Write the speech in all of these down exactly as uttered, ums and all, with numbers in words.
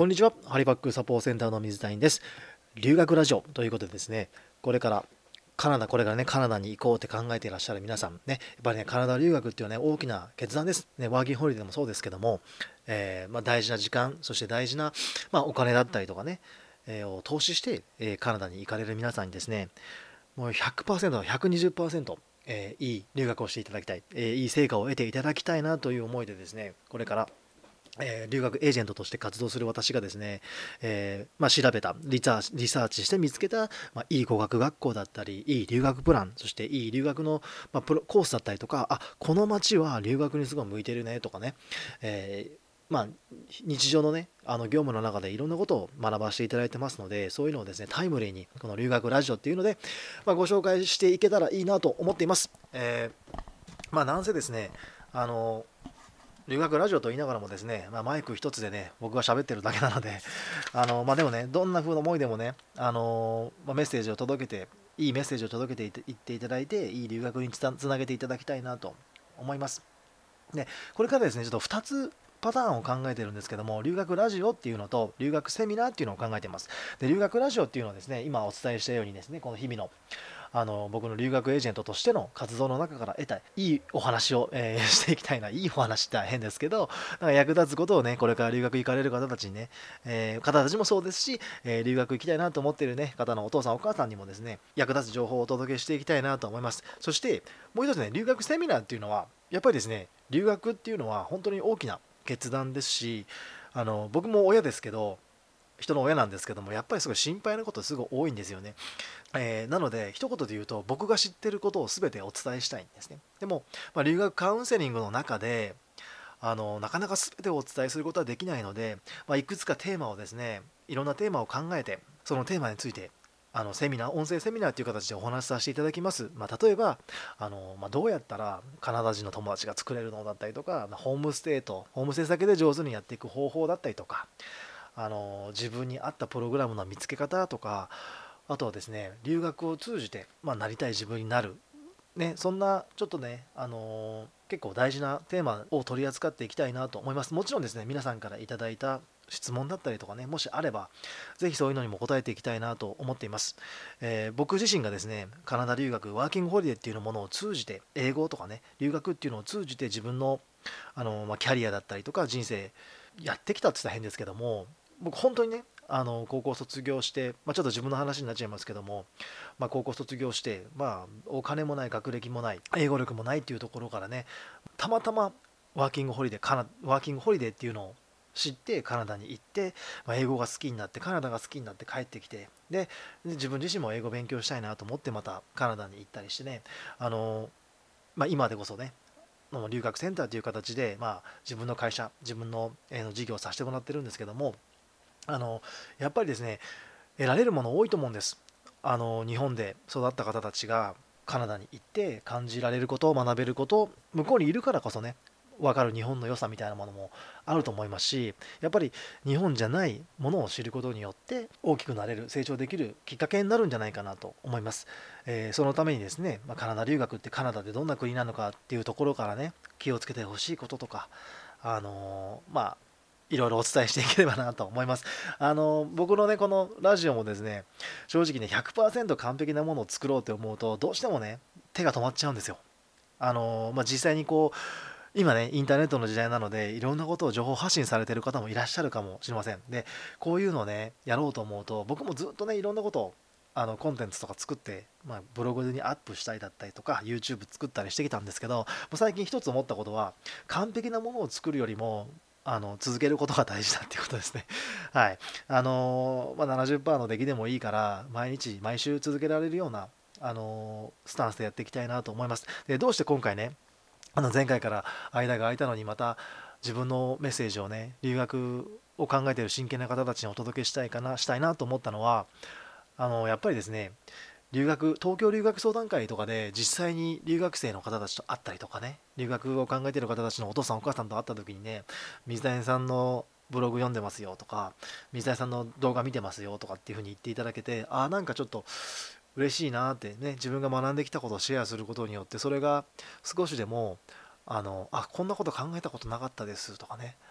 こんにちは。ハリバックサポートセンターの水谷です。留学ラジオということでですね、これからカナダ、これからね、カナダに行こうって考えていらっしゃる皆さんね、やっぱりね、カナダ留学っていうのはね、大きな決断です。ね、ワーキングホリデーもそうですけども、えーまあ、大事な時間、そして大事な、まあ、お金だったりとかね、えーを投資して、えーカナダに行かれる皆さんにですね、もうひゃくパーセント、ひゃくにじゅっパーセント、えーいい留学をしていただきたい、えーいい成果を得ていただきたいなという思いでですね、これからえー留学エージェントとして活動する私がですね、えーまあ、調べたリサーチリサーチして見つけた、まあ、いい語学学校だったりいい留学プラン、そしていい留学の、まあ、プロコースだったりとか、あこの町は留学にすごい向いてるねとかね、えーまあ、日常のねあの業務の中でいろんなことを学ばせていただいてますので、そういうのをですねタイムリーにこの留学ラジオっていうので、まあ、ご紹介していけたらいいなと思っています。えーまあなんせですね、あの留学ラジオと言いながらもですね、まあ、マイク一つでね、僕が喋ってるだけなので、あのまあ、でもね、どんな風な思いでもね、あのまあ、メッセージを届けて、いいメッセージを届けていっていっていただいて、いい留学につたつなげていただきたいなと思います。で、これからですね、ちょっとふたつパターンを考えてるんですけども、留学ラジオっていうのと留学セミナーっていうのを考えています。で、留学ラジオっていうのはですね、今お伝えしたようにですね、この日々のあの僕の留学エージェントとしての活動の中から得たいいお話を、えーしていきたいな。いいお話って変ですけど、なんか役立つことをね、これから留学行かれる方たちにね、えー方たちもそうですし、えー留学行きたいなと思っているね、方のお父さんお母さんにもですね、役立つ情報をお届けしていきたいなと思います。そしてもう一つね、留学セミナーっていうのはやっぱりですね、留学っていうのは本当に大きな決断ですし、あの僕も親ですけど、人の親なんですけども、やっぱりすごい心配なことすごい多いんですよね。えーなので一言で言うと、僕が知ってることを全てお伝えしたいんですね。でも、まあ、留学カウンセリングの中であのなかなか全てをお伝えすることはできないので、まあ、いくつかテーマをですね、いろんなテーマを考えて、そのテーマについてあのセミナー音声セミナーという形でお話しさせていただきます。まあ、例えばあの、まあ、どうやったらカナダ人の友達が作れるのだったりとか、ホームステイとホームステイ先で上手にやっていく方法だったりとか、あの自分に合ったプログラムの見つけ方とか、あとはですね、留学を通じて、まあ、なりたい自分になる、ね、そんなちょっとね、あのー結構大事なテーマを取り扱っていきたいなと思います。もちろんですね、皆さんからいただいた質問だったりとかね、もしあれば、ぜひそういうのにも答えていきたいなと思っています。えー僕自身がですね、カナダ留学、ワーキングホリデーっていうものを通じて、英語とかね、留学っていうのを通じて自分の、あのーまあ、キャリアだったりとか人生やってきたって言ったら変ですけども、僕本当にね、あの高校卒業して、まあ、ちょっと自分の話になっちゃいますけども、まあ、高校卒業して、まあ、お金もない、学歴もない、英語力もないっていうところからね、たまたまワーキングホリデーカナワーキングホリデーっていうのを知ってカナダに行って、まあ、英語が好きになって、カナダが好きになって帰ってきて、で自分自身も英語勉強したいなと思ってまたカナダに行ったりしてね、あの、まあ、今でこそね、留学センターという形で、まあ、自分の会社自分の、えー事業をさせてもらってるんですけども、あのやっぱりですね、得られるもの多いと思うんです。あの日本で育った方たちがカナダに行って感じられること、学べること、向こうにいるからこそね、分かる日本の良さみたいなものもあると思いますし、やっぱり日本じゃないものを知ることによって大きくなれる、成長できるきっかけになるんじゃないかなと思います。えーそのためにですね、まあ、カナダ留学ってカナダでどんな国なのかっていうところからね、気をつけてほしいこととか、あのーまあいろいろお伝えしていければなと思います。あの僕のねこのラジオもですね、正直ねひゃくパーセント完璧なものを作ろうと思うとどうしてもね手が止まっちゃうんですよ。あのまあ、実際にこう今ねインターネットの時代なので、いろんなことを情報発信されてる方もいらっしゃるかもしれません。でこういうのをねやろうと思うと、僕もずっとねいろんなことをあのコンテンツとか作って、まあ、ブログにアップしたりだったりとか YouTube 作ったりしてきたんですけど、もう最近一つ思ったことは、完璧なものを作るよりもあの続けることが大事だっていうことですね。はい。あのーまあ、ななじゅっパーセントの出来でもいいから毎日毎週続けられるようなあのースタンスでやっていきたいなと思います。でどうして今回ね、あの前回から間が空いたのにまた自分のメッセージをね、留学を考えている真剣な方たちにお届けしたいかなしたいなと思ったのは、あのやっぱりですね、留学東京留学相談会とかで実際に留学生の方たちと会ったりとかね、留学を考えている方たちのお父さんお母さんと会った時にね、水谷さんのブログ読んでますよとか、水谷さんの動画見てますよとかっていう風に言っていただけて、ああなんかちょっと嬉しいなってね、自分が学んできたことをシェアすることによって、それが少しでもあのあこんなこと考えたことなかったですとかね、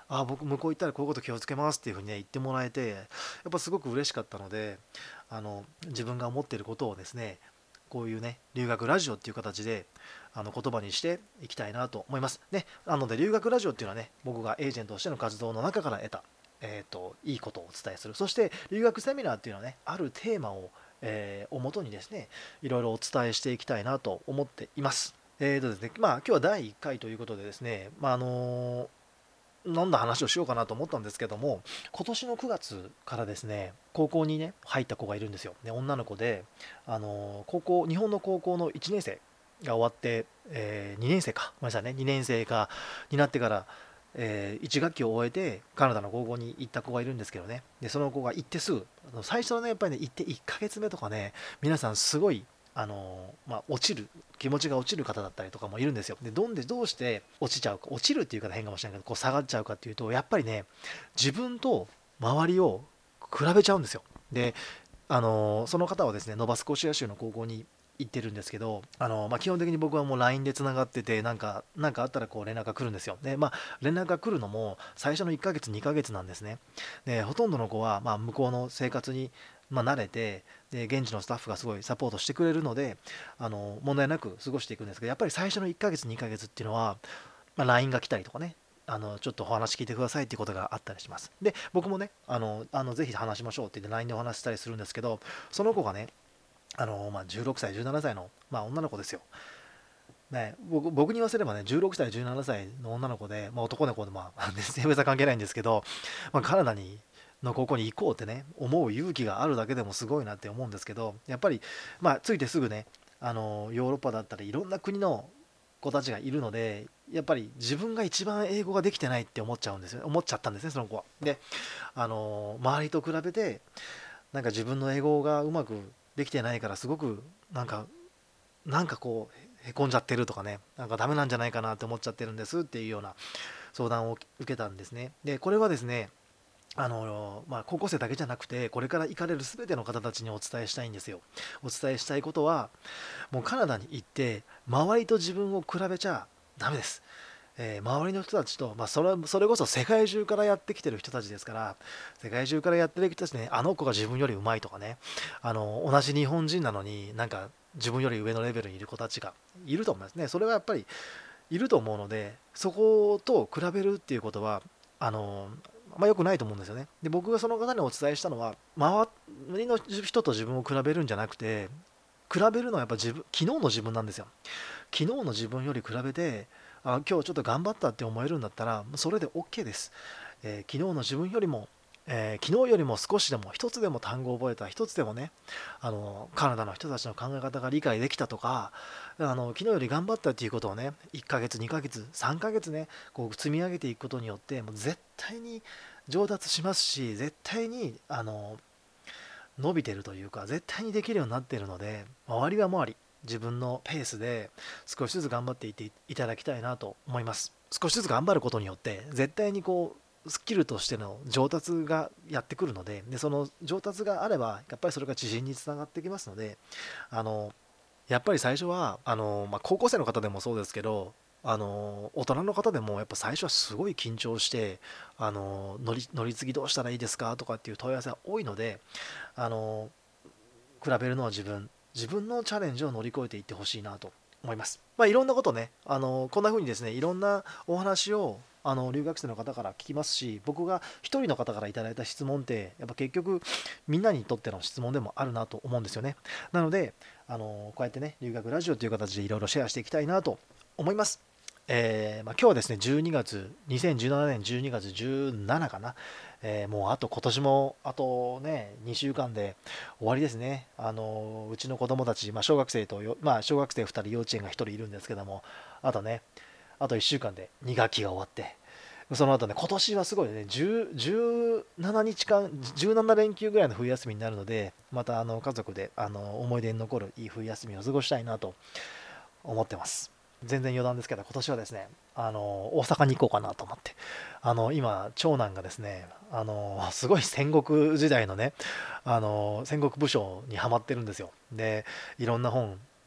あ僕向こう行ったらこういうこと気をつけますっていうふうにね言ってもらえて、やっぱすごく嬉しかったので、あの自分が思っていることをですね、こういうね留学ラジオっていう形であの言葉にしていきたいなと思いますね。なので留学ラジオっていうのはね、僕がエージェントとしての活動の中から得た、えー、といいことをお伝えする。そして留学セミナーっていうのはね、あるテーマを、えー、をもとにですね、いろいろお伝えしていきたいなと思っています。えーとですね、まあ今日はだいいっかいということでですね、まああのどんな話をしようかなと思ったんですけども、今年のくがつからですね、高校にね入った子がいるんですよ。で女の子で、あの高校日本の高校のいちねん生が終わって、えー、にねん生かごめんなさいねにねん生かになってから、えー、いち学期を終えてカナダの高校に行った子がいるんですけどね。でその子が行ってすぐ、あの最初のねやっぱりね行っていっかげつめとかね、皆さんすごいあのまあ、落ちる気持ちが落ちる方だったりとかもいるんですよ。でどんでどうして落ちちゃうか、落ちるっていう方変かもしれないけど、こう下がっちゃうかっていうと、やっぱりね自分と周りを比べちゃうんですよ。であのその方はですねノバスコシア州の高校に行ってるんですけど、あの、まあ、基本的に僕はもう ライン でつながってて、なんかなんかあったらこう連絡が来るんですよ。でまあ連絡が来るのも最初のいっかげつにかげつなんですね。でほとんどの子は、まあ、向こうの生活に、まあ、慣れて、で現地のスタッフがすごいサポートしてくれるので、あの問題なく過ごしていくんですけど、やっぱり最初のいっかげつにかげつっていうのは、まあ、ライン が来たりとかね、あのちょっとお話聞いてくださいっていうことがあったりします。で僕もねあのあのぜひ話しましょうって言って ライン でお話ししたりするんですけど、その子がねあの、まあ、じゅうろくさいじゅうななさいの、まあ、女の子ですよ。ね、僕僕に言わせればねじゅうろくさいじゅうななさいの女の子で、まあ、男の子で、まあ、性別は関係ないんですけど、まあ、カナダにの高校に行こうってね思う勇気があるだけでもすごいなって思うんですけど、やっぱり、まあ、ついてすぐねあのヨーロッパだったりいろんな国の子たちがいるので、やっぱり自分が一番英語ができてないって思っちゃうんですよ思っちゃったんですね、その子は。であの周りと比べてなんか自分の英語がうまくできてないから、すごくなんかなんかこうへこんじゃってるとかね、なんかダメなんじゃないかなって思っちゃってるんですっていうような相談を受けたんですね。でこれはですねあのまあ、高校生だけじゃなくてこれから行かれる全ての方たちにお伝えしたいんですよ。お伝えしたいことは、もうカナダに行って周りと自分を比べちゃダメです。えー周りの人たちと、まあ、それそれこそ世界中からやってきてる人たちですから、世界中からやってる人たちね、あの子が自分よりうまいとかね、あの同じ日本人なのになんか自分より上のレベルにいる子たちがいると思いますね。それはやっぱりいると思うので、そこと比べるっていうことはあのあんま良くないと思うんですよね。で僕がその方にお伝えしたのは、周りの人と自分を比べるんじゃなくて、比べるのはやっぱ自分昨日の自分なんですよ。昨日の自分より比べて、あ今日ちょっと頑張ったって思えるんだったらそれで OK です。えー昨日の自分よりも、えー昨日よりも少しでも一つでも単語を覚えた、一つでもねあのカナダの人たちの考え方が理解できたとか、あの昨日より頑張ったっていうことをねいっかげつにかげつさんかげつねこう積み上げていくことによって、もう絶対に上達しますし、絶対にあの伸びてるというか絶対にできるようになっているので、周りは周り自分のペースで少しずつ頑張っていっていただきたいなと思います。少しずつ頑張ることによって絶対にこうスキルとしての上達がやってくるので、でその上達があればやっぱりそれが自信につながってきますので、あのやっぱり最初はあの、まあ、高校生の方でもそうですけど、あの大人の方でもやっぱ最初はすごい緊張して、あの乗り乗り継ぎどうしたらいいですかとかっていう問い合わせが多いので、あの比べるのは自分自分のチャレンジを乗り越えていってほしいなと思います。まあ、いろんなことね、あのこんな風にですねいろんなお話をあの留学生の方から聞きますし、僕が一人の方からいただいた質問ってやっぱ結局みんなにとっての質問でもあるなと思うんですよね。なのであのこうやってね留学ラジオという形でいろいろシェアしていきたいなと思います。えーまあ、今日はですねじゅうにがつにせんじゅうななねんじゅうにがつじゅうしちかな、えーもうあと今年もあとねにしゅうかんで終わりですね。あのうちの子供たち、まあ、小学生とよ、まあ、小学生ふたり幼稚園がひとりいるんですけども、あとねあといっしゅうかんでに学期が終わって、その後ね今年はすごいねじゅう、じゅうななにちかんじゅうなな連休ぐらいの冬休みになるので、またあの家族であの思い出に残るいい冬休みを過ごしたいなと思ってます。全然余談ですけど、今年はですねあの大阪に行こうかなと思って、あの今長男がですねあのすごい戦国時代のねあの戦国武将にハマってるんですよ。でいろんな本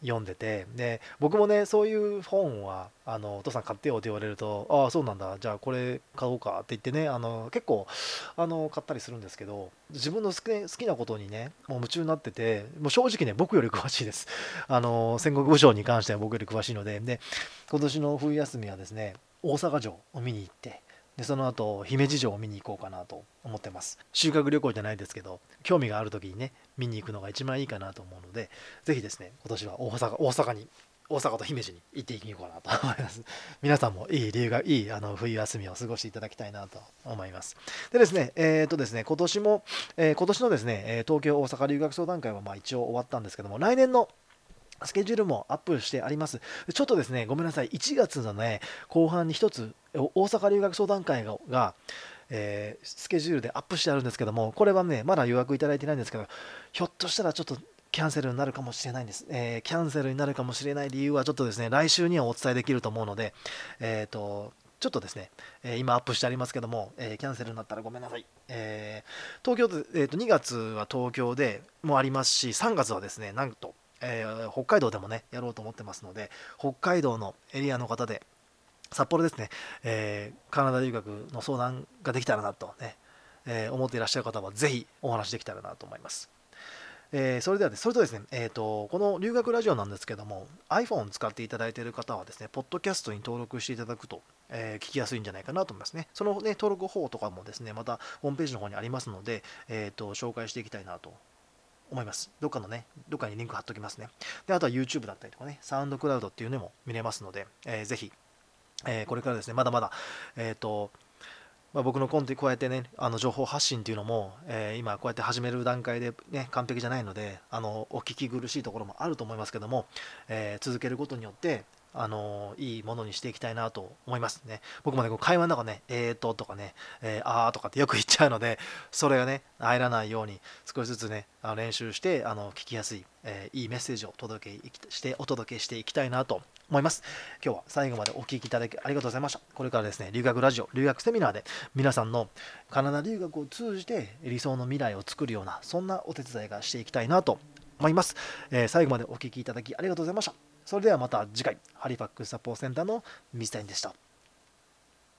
読んでて、で僕もねそういう本はあのお父さん買ってよって言われると、ああそうなんだ、じゃあこれ買おうかって言ってね、あの結構あの買ったりするんですけど、自分の好き好きなことにねもう夢中になってて、もう正直ね僕より詳しいです。あの戦国武将に関しては僕より詳しいので、で今年の冬休みはですね大阪城を見に行って、でその後姫路城を見に行こうかなと思ってます。修学旅行じゃないですけど、興味がある時にね見に行くのが一番いいかなと思うので、ぜひですね今年は大阪大阪に大阪と姫路に行っていこうかなと思います。皆さんもいい理由がいいあの冬休みを過ごしていただきたいなと思います。でですね、えー、とですね今年も、えー今年のですねえー東京大阪留学相談会はまあ一応終わったんですけども、来年のスケジュールもアップしてあります。ちょっとですね、ごめんなさい、いちがつのね、後半に一つ、お大阪留学相談会が、がえースケジュールでアップしてあるんですけども、これはね、まだ予約いただいてないんですけど、ひょっとしたらちょっとキャンセルになるかもしれないんです。えーキャンセルになるかもしれない理由は、ちょっとですね、来週にはお伝えできると思うので、えっ、と、ちょっとですね、えー今アップしてありますけども、えーキャンセルになったらごめんなさい。えー東京で、えーと、にがつは東京でもありますし、さんがつはですね、なんと、えー北海道でもね、やろうと思ってますので、北海道のエリアの方で、札幌ですね、えーカナダ留学の相談ができたらなとね、えー思っていらっしゃる方は、ぜひお話できたらなと思います。えーそれではですね、それとですね、えーと、この留学ラジオなんですけども、iPhone 使っていただいている方はですね、ポッドキャストに登録していただくと、えー聞きやすいんじゃないかなと思いますね。そのね、登録方とかもですね、またホームページの方にありますので、えーと、紹介していきたいなと思います。どっかのね、どっかにリンク貼っときますね。で、あとは YouTube だったりとかね、サウンドクラウドっていうのも見れますので、えーぜひ、えーこれからですね、まだまだ、えっ、と、まあ、僕のコンテこうやってね、あの情報発信っていうのも、えー今こうやって始める段階でね、完璧じゃないので、あの、お聞き苦しいところもあると思いますけども、えー続けることによって、あのいいものにしていきたいなと思いますね。僕もね、こう会話の中ね、えーととかね、えーあーとかってよく言っちゃうので、それがね、入らないように少しずつね、あの練習して、あの聞きやすい、えーいいメッセージを届けしてお届けしていきたいなと思います。今日は最後までお聞きいただきありがとうございました。これからですね、留学ラジオ、留学セミナーで皆さんのカナダ留学を通じて理想の未来を作るような、そんなお手伝いがしていきたいなと思います。えー最後までお聞きいただきありがとうございました。それではまた次回、ハリファックスサポートセンターの水谷でした。